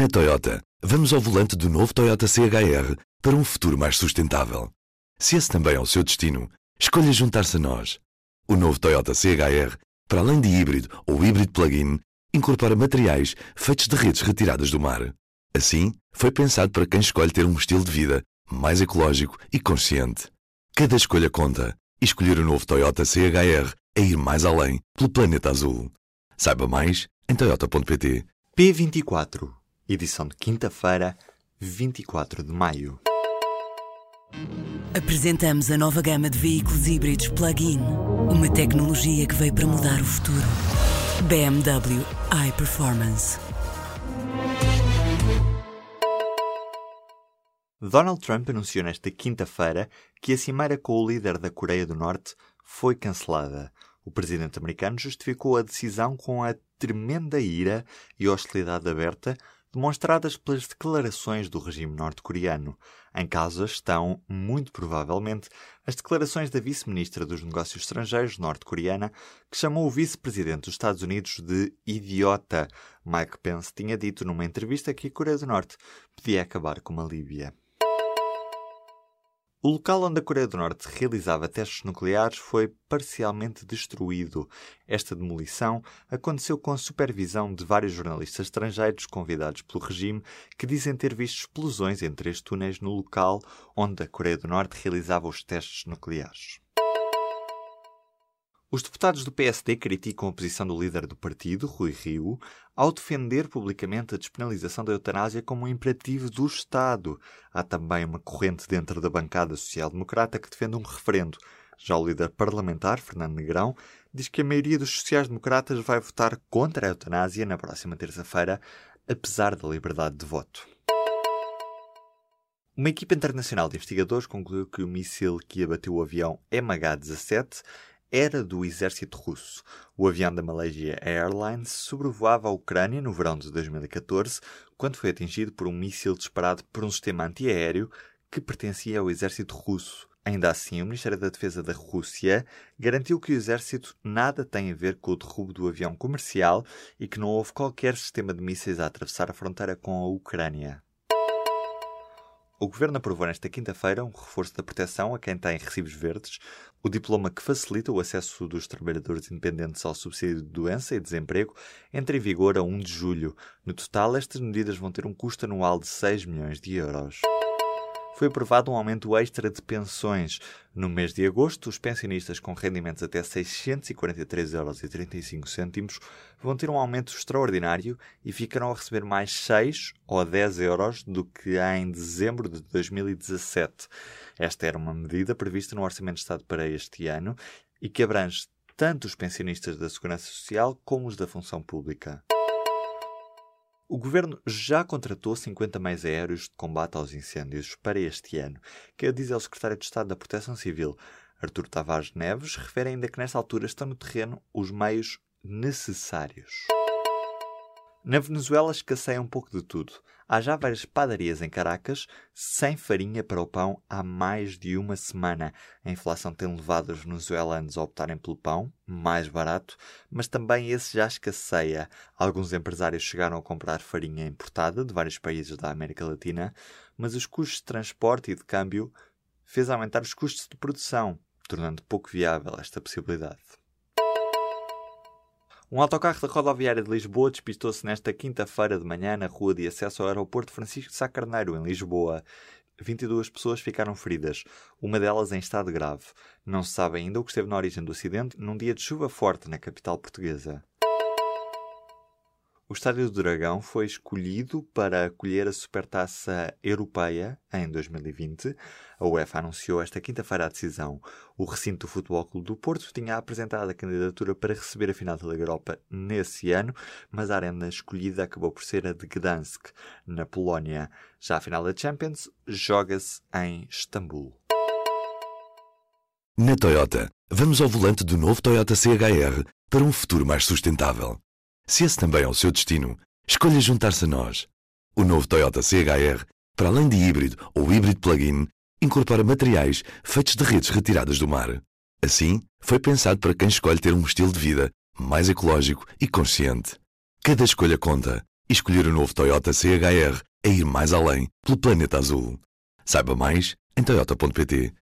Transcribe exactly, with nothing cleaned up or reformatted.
Na Toyota, vamos ao volante do novo Toyota C H R para um futuro mais sustentável. Se esse também é o seu destino, escolha juntar-se a nós. O novo Toyota C H R, para além de híbrido ou híbrido plug-in, incorpora materiais feitos de redes retiradas do mar. Assim, foi pensado para quem escolhe ter um estilo de vida mais ecológico e consciente. Cada escolha conta, e escolher o novo Toyota C H R é ir mais além pelo planeta azul. Saiba mais em toyota ponto pt. P vinte e quatro, edição de quinta-feira, vinte e quatro de maio. Apresentamos a nova gama de veículos híbridos plug-in. Uma tecnologia que veio para mudar o futuro. B M W iPerformance. Donald Trump anunciou nesta quinta-feira que a cimeira com o líder da Coreia do Norte foi cancelada. O presidente americano justificou a decisão com a tremenda ira e hostilidade aberta demonstradas pelas declarações do regime norte-coreano. Em causa estão, muito provavelmente, as declarações da vice-ministra dos Negócios Estrangeiros norte-coreana, que chamou o vice-presidente dos Estados Unidos de idiota. Mike Pence tinha dito numa entrevista que a Coreia do Norte podia acabar com a Líbia. O local onde a Coreia do Norte realizava testes nucleares foi parcialmente destruído. Esta demolição aconteceu com a supervisão de vários jornalistas estrangeiros convidados pelo regime que dizem ter visto explosões em três túneis no local onde a Coreia do Norte realizava os testes nucleares. Os deputados do P S D criticam a posição do líder do partido, Rui Rio, ao defender publicamente a despenalização da eutanásia como um imperativo do Estado. Há também uma corrente dentro da bancada social-democrata que defende um referendo. Já o líder parlamentar, Fernando Negrão, diz que a maioria dos sociais-democratas vai votar contra a eutanásia na próxima terça-feira, apesar da liberdade de voto. Uma equipa internacional de investigadores concluiu que o míssil que abateu o avião M H dezassete era do exército russo. O avião da Malaysia Airlines sobrevoava a Ucrânia no verão de dois mil e catorze, quando foi atingido por um míssil disparado por um sistema antiaéreo que pertencia ao exército russo. Ainda assim, o Ministério da Defesa da Rússia garantiu que o exército nada tem a ver com o derrubo do avião comercial e que não houve qualquer sistema de mísseis a atravessar a fronteira com a Ucrânia. O Governo aprovou nesta quinta-feira um reforço da proteção a quem tem recibos verdes, o diploma que facilita o acesso dos trabalhadores independentes ao subsídio de doença e desemprego entra em vigor a primeiro de julho. No total, estas medidas vão ter um custo anual de seis milhões de euros. Foi aprovado um aumento extra de pensões. No mês de agosto, os pensionistas com rendimentos até seiscentos e quarenta e três euros e trinta e cinco cêntimos vão ter um aumento extraordinário e ficarão a receber mais seis ou dez euros do que em dezembro de dois mil e dezassete. Esta era uma medida prevista no Orçamento de Estado para este ano e que abrange tanto os pensionistas da Segurança Social como os da Função Pública. O Governo já contratou cinquenta meios aéreos de combate aos incêndios para este ano, que diz o Secretário de Estado da Proteção Civil, Artur Tavares Neves, refere ainda que nesta altura estão no terreno os meios necessários. Na Venezuela escasseia um pouco de tudo. Há já várias padarias em Caracas sem farinha para o pão há mais de uma semana. A inflação tem levado os venezuelanos a optarem pelo pão, mais barato, mas também esse já escasseia. Alguns empresários chegaram a comprar farinha importada de vários países da América Latina, mas os custos de transporte e de câmbio fez aumentar os custos de produção, tornando pouco viável esta possibilidade. Um autocarro da rodoviária de Lisboa despistou-se nesta quinta-feira de manhã na rua de acesso ao aeroporto Francisco de Sá Carneiro, em Lisboa. vinte e duas pessoas ficaram feridas, uma delas em estado grave. Não se sabe ainda o que esteve na origem do acidente num dia de chuva forte na capital portuguesa. O Estádio do Dragão foi escolhido para acolher a Supertaça Europeia em dois mil e vinte. A UEFA anunciou esta quinta-feira a decisão. O recinto do Futebol Clube do Porto tinha apresentado a candidatura para receber a final da Liga Europa nesse ano, mas a arena escolhida acabou por ser a de Gdansk, na Polónia. Já a final da Champions joga-se em Istambul. Na Toyota, vamos ao volante do novo Toyota C H R para um futuro mais sustentável. Se esse também é o seu destino, escolha juntar-se a nós. O novo Toyota C H R, para além de híbrido ou híbrido plug-in, incorpora materiais feitos de redes retiradas do mar. Assim, foi pensado para quem escolhe ter um estilo de vida mais ecológico e consciente. Cada escolha conta, e escolher o novo Toyota C H R é ir mais além pelo planeta azul. Saiba mais em toyota ponto pt.